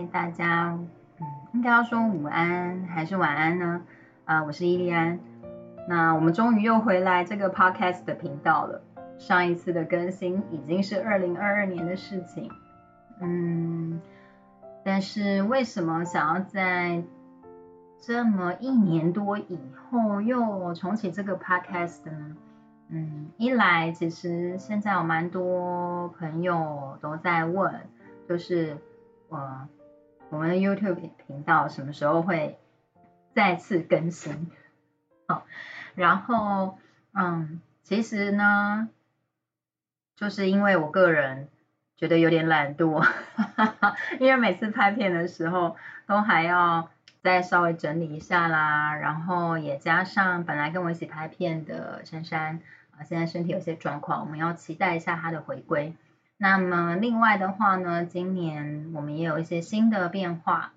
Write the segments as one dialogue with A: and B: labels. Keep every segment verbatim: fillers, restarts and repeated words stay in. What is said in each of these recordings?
A: 嗨，大家，嗯，应该要说午安还是晚安呢？啊、我是伊利安。那我们终于又回来这个 podcast 的频道了。上一次的更新已经是二零二二年的事情，嗯，但是为什么想要在这么一年多以后又重启这个 podcast 呢？嗯，一来其实现在有蛮多朋友都在问，就是呃我们的 YouTube 频道什么时候会再次更新？好，然后嗯，其实呢，就是因为我个人觉得有点懒惰，因为每次拍片的时候都还要再稍微整理一下啦，然后也加上本来跟我一起拍片的珊珊啊，现在身体有些状况，我们要期待一下她的回归。那么另外的话呢，今年我们也有一些新的变化，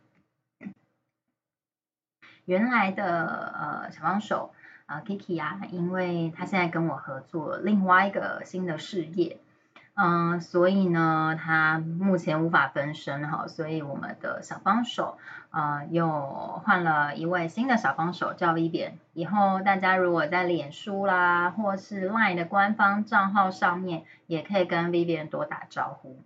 A: 原来的呃小帮手呃 Kiki 啊，因为他现在跟我合作另外一个新的事业，嗯、呃，所以呢，他目前无法分身哈，所以我们的小帮手呃又换了一位新的小帮手叫 Vivian。以后大家如果在脸书啦，或是 Line 的官方账号上面，也可以跟 Vivian 多打招呼。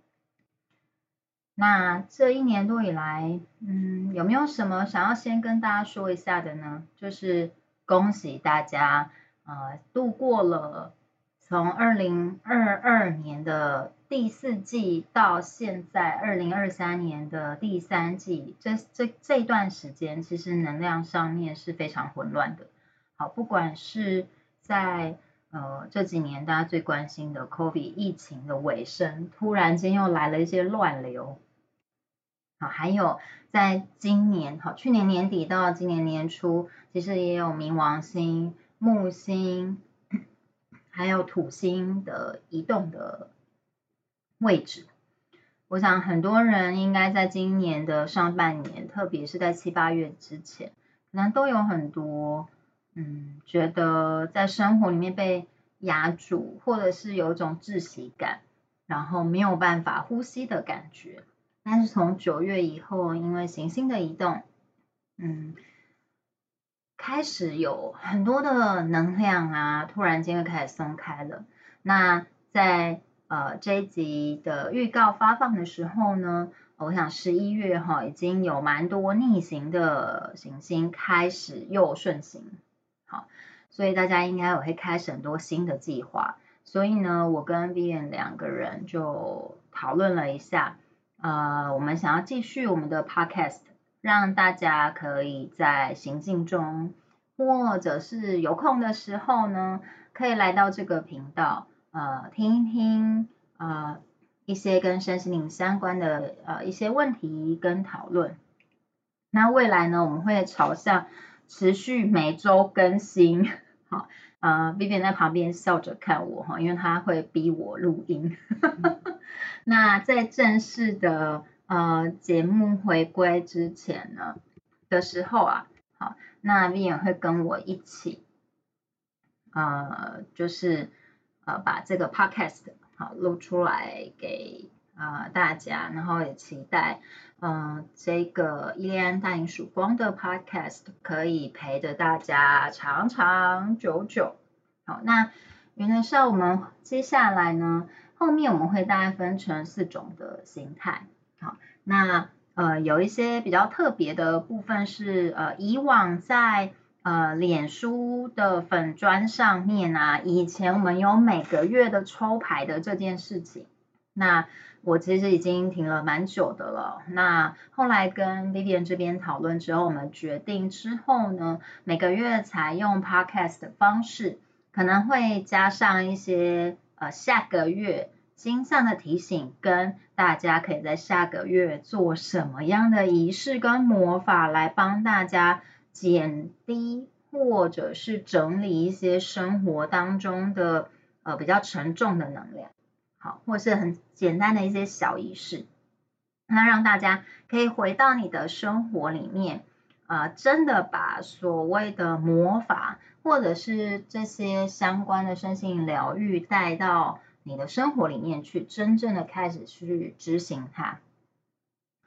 A: 那这一年多以来，嗯，有没有什么想要先跟大家说一下的呢？就是恭喜大家，呃，度过了从二零二二年的第四季到现在二零二三年的第三季，这这这段时间，其实能量上面是非常混乱的。好，不管是在呃这几年大家最关心的 COVID 疫情的尾声，突然间又来了一些乱流。好，还有在今年，好，去年年底到今年年初，其实也有冥王星、木星，还有土星的移动的位置。我想很多人应该在今年的上半年，特别是在七八月之前，可能都有很多，嗯，觉得在生活里面被压住，或者是有一种窒息感，然后没有办法呼吸的感觉。但是从九月以后，因为行星的移动，嗯，开始有很多的能量啊，突然间就开始松开了。那在呃这一集的预告发放的时候呢，我想十一月哈已经有蛮多逆行的行星开始又顺行，好，所以大家应该也会开始很多新的计划。所以呢，我跟 Vivian 两个人就讨论了一下，呃，我们想要继续我们的 podcast，让大家可以在行进中，或者是有空的时候呢，可以来到这个频道，呃，听一听呃一些跟身心灵相关的呃一些问题跟讨论。那未来呢，我们会朝向持续每周更新。好，呃，Vivian 在旁边笑着看我哈，因为他会逼我录音。那在正式的呃节目回归之前呢的时候啊，好，那 Vivian 会跟我一起，呃，就是呃把这个 podcast 好录出来给呃大家，然后也期待呃这个伊利安大营曙光的 podcast 可以陪着大家长长久久。好，那原则上我们接下来呢，后面我们会大概分成四种的形态。好，那呃有一些比较特别的部分是呃以往在呃脸书的粉专上面啊，以前我们有每个月的抽牌的这件事情，那我其实已经停了蛮久的了。那后来跟 Vivian 这边讨论之后，我们决定之后呢，每个月采用 podcast 的方式，可能会加上一些呃下个月星象的提醒，跟大家可以在下个月做什么样的仪式跟魔法来帮大家减低或者是整理一些生活当中的呃比较沉重的能量，好，或是很简单的一些小仪式，那让大家可以回到你的生活里面，呃，真的把所谓的魔法或者是这些相关的身心疗愈带到你的生活里面去，真正的开始去执行它。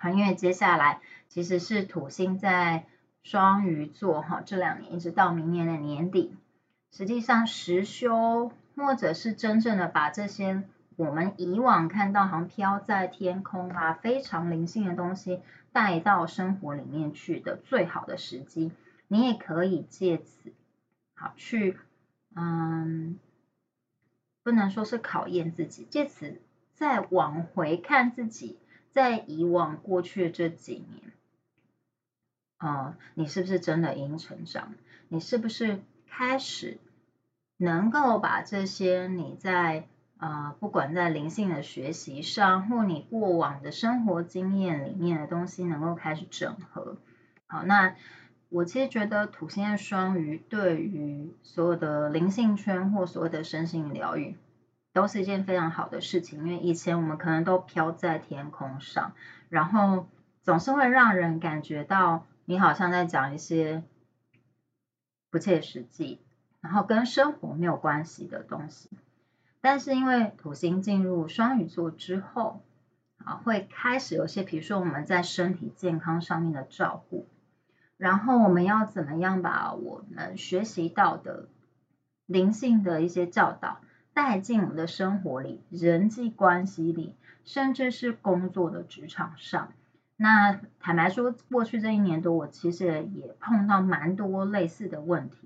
A: 好，因为接下来其实是土星在双鱼座哈，这两年一直到明年的年底，实际上实修或者是真正的把这些我们以往看到好像飘在天空啊，非常灵性的东西带到生活里面去的最好的时机，你也可以借此好去嗯。不能说是考验自己，借此再往回看自己，在以往过去的这几年，呃，你是不是真的已经成长？你是不是开始能够把这些你在呃，不管在灵性的学习上，或你过往的生活经验里面的东西，能够开始整合？好，那我其实觉得土星的双鱼对于所有的灵性圈或所有的身心疗愈，都是一件非常好的事情。因为以前我们可能都飘在天空上，然后总是会让人感觉到你好像在讲一些不切实际，然后跟生活没有关系的东西。但是因为土星进入双鱼座之后，啊，会开始有些，比如说我们在身体健康上面的照顾。然后我们要怎么样把我们学习到的灵性的一些教导带进我们的生活里、人际关系里，甚至是工作的职场上？那坦白说，过去这一年多，我其实也碰到蛮多类似的问题。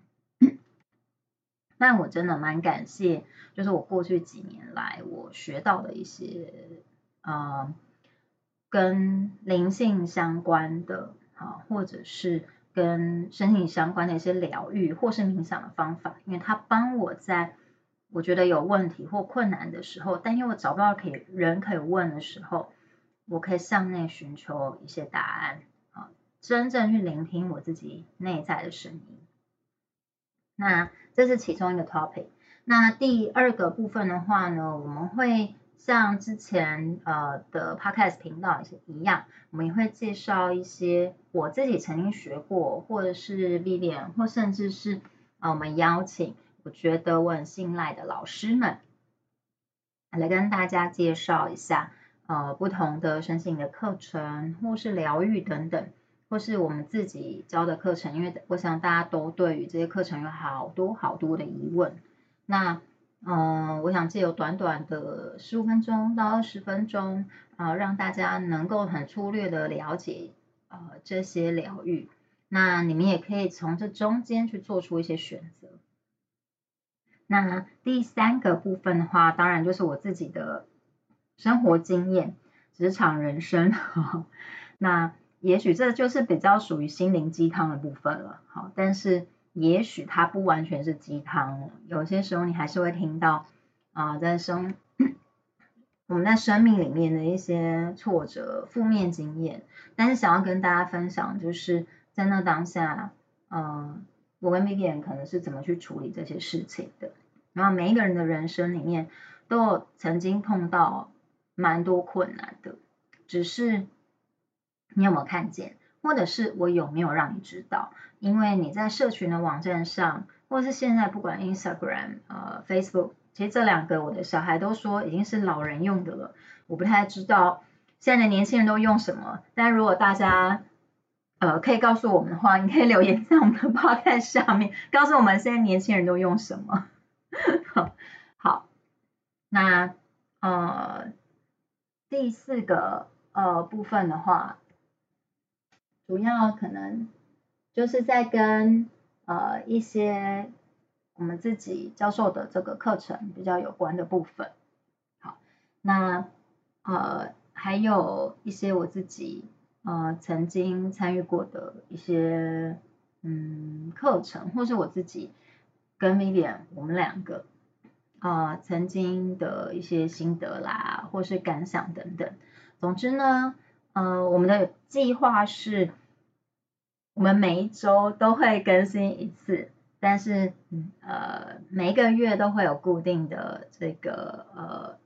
A: 但我真的蛮感谢，就是我过去几年来我学到的一些呃跟灵性相关的。好，或者是跟身体相关的一些疗愈或是冥想的方法，因为它帮我在我觉得有问题或困难的时候，但因为我找不到可以人可以问的时候，我可以向内寻求一些答案，好，真正去聆听我自己内在的声音。那这是其中一个 topic。那第二个部分的话呢，我们会像之前呃的 podcast 频道也是一样，我们也会介绍一些我自己曾经学过，或者是 Vivian， 或甚至是呃我们邀请我觉得我很信赖的老师们来跟大家介绍一下呃不同的身心的课程，或是疗愈等等，或是我们自己教的课程，因为我想大家都对于这些课程有好多好多的疑问。那嗯、呃，我想借由短短的十五分钟到二十分钟，呃，让大家能够很粗略的了解呃这些疗愈。那你们也可以从这中间去做出一些选择。那第三个部分的话，当然就是我自己的生活经验、职场人生。那也许这就是比较属于心灵鸡汤的部分了。好，但是也许它不完全是鸡汤，有些时候你还是会听到啊、呃，在生我们在生命里面的一些挫折、负面经验。但是想要跟大家分享，就是在那当下，呃，我跟 Vivian 可能是怎么去处理这些事情的。然后每一个人的人生里面都有曾经碰到蛮多困难的，只是你有没有看见，或者是我有没有让你知道？因为你在社群的网站上，或是现在不管 Instagram、呃 Facebook，其实这两个我的小孩都说已经是老人用的了，我不太知道现在的年轻人都用什么。但如果大家呃可以告诉我们的话，你可以留言在我们的 podcast 下面，告诉我们现在年轻人都用什么。好，那呃第四个呃部分的话，主要可能就是在跟呃一些我们自己教授的这个课程比较有关的部分。好，那呃还有一些我自己呃曾经参与过的一些嗯课程，或是我自己跟 Vivian 我们两个呃曾经的一些心得啦，或是感想等等。总之呢，呃，我们的计划是，我们每一周都会更新一次，但是呃每一个月都会有固定的这个呃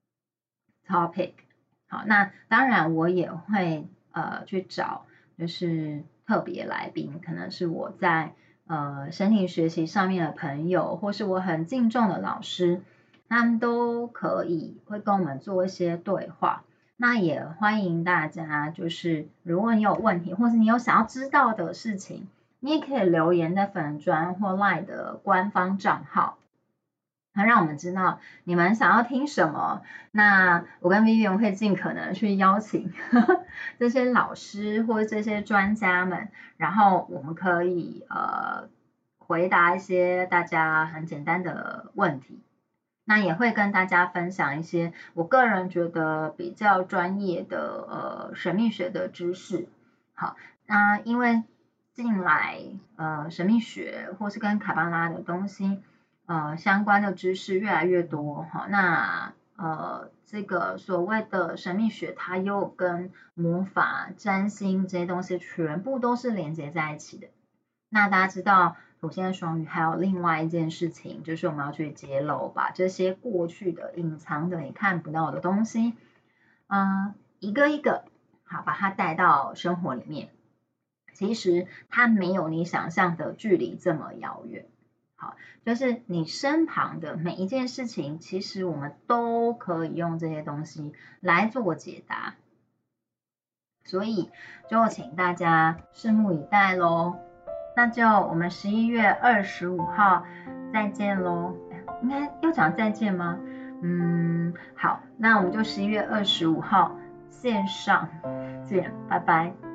A: topic。好，那当然我也会呃去找就是特别来宾，可能是我在呃身体学习上面的朋友，或是我很敬重的老师，他们都可以会跟我们做一些对话。 那也欢迎大家，就是如果你有问题，或是你有想要知道的事情，你也可以留言在粉专或 LINE 的官方账号，让我们知道你们想要听什么。那我跟 Vivian 会尽可能去邀请呵呵这些老师或者这些专家们，然后我们可以呃回答一些大家很简单的问题。那也会跟大家分享一些我个人觉得比较专业的呃神秘学的知识。好，那因为近来呃神秘学或是跟卡巴拉的东西呃相关的知识越来越多哈，那呃这个所谓的神秘学它又跟魔法、占星这些东西全部都是连接在一起的。那大家知道土星的双鱼还有另外一件事情，就是我们要去揭露，把这些过去的隐藏的你看不到的东西，嗯，一个一个好把它带到生活里面。其实它没有你想象的距离这么遥远。好，就是你身旁的每一件事情，其实我们都可以用这些东西来做解答。所以就请大家拭目以待咯。那就我们十一月二十五号再见咯。应该要讲再见吗？嗯，好，那我们就十一月二十五号线上见，拜拜。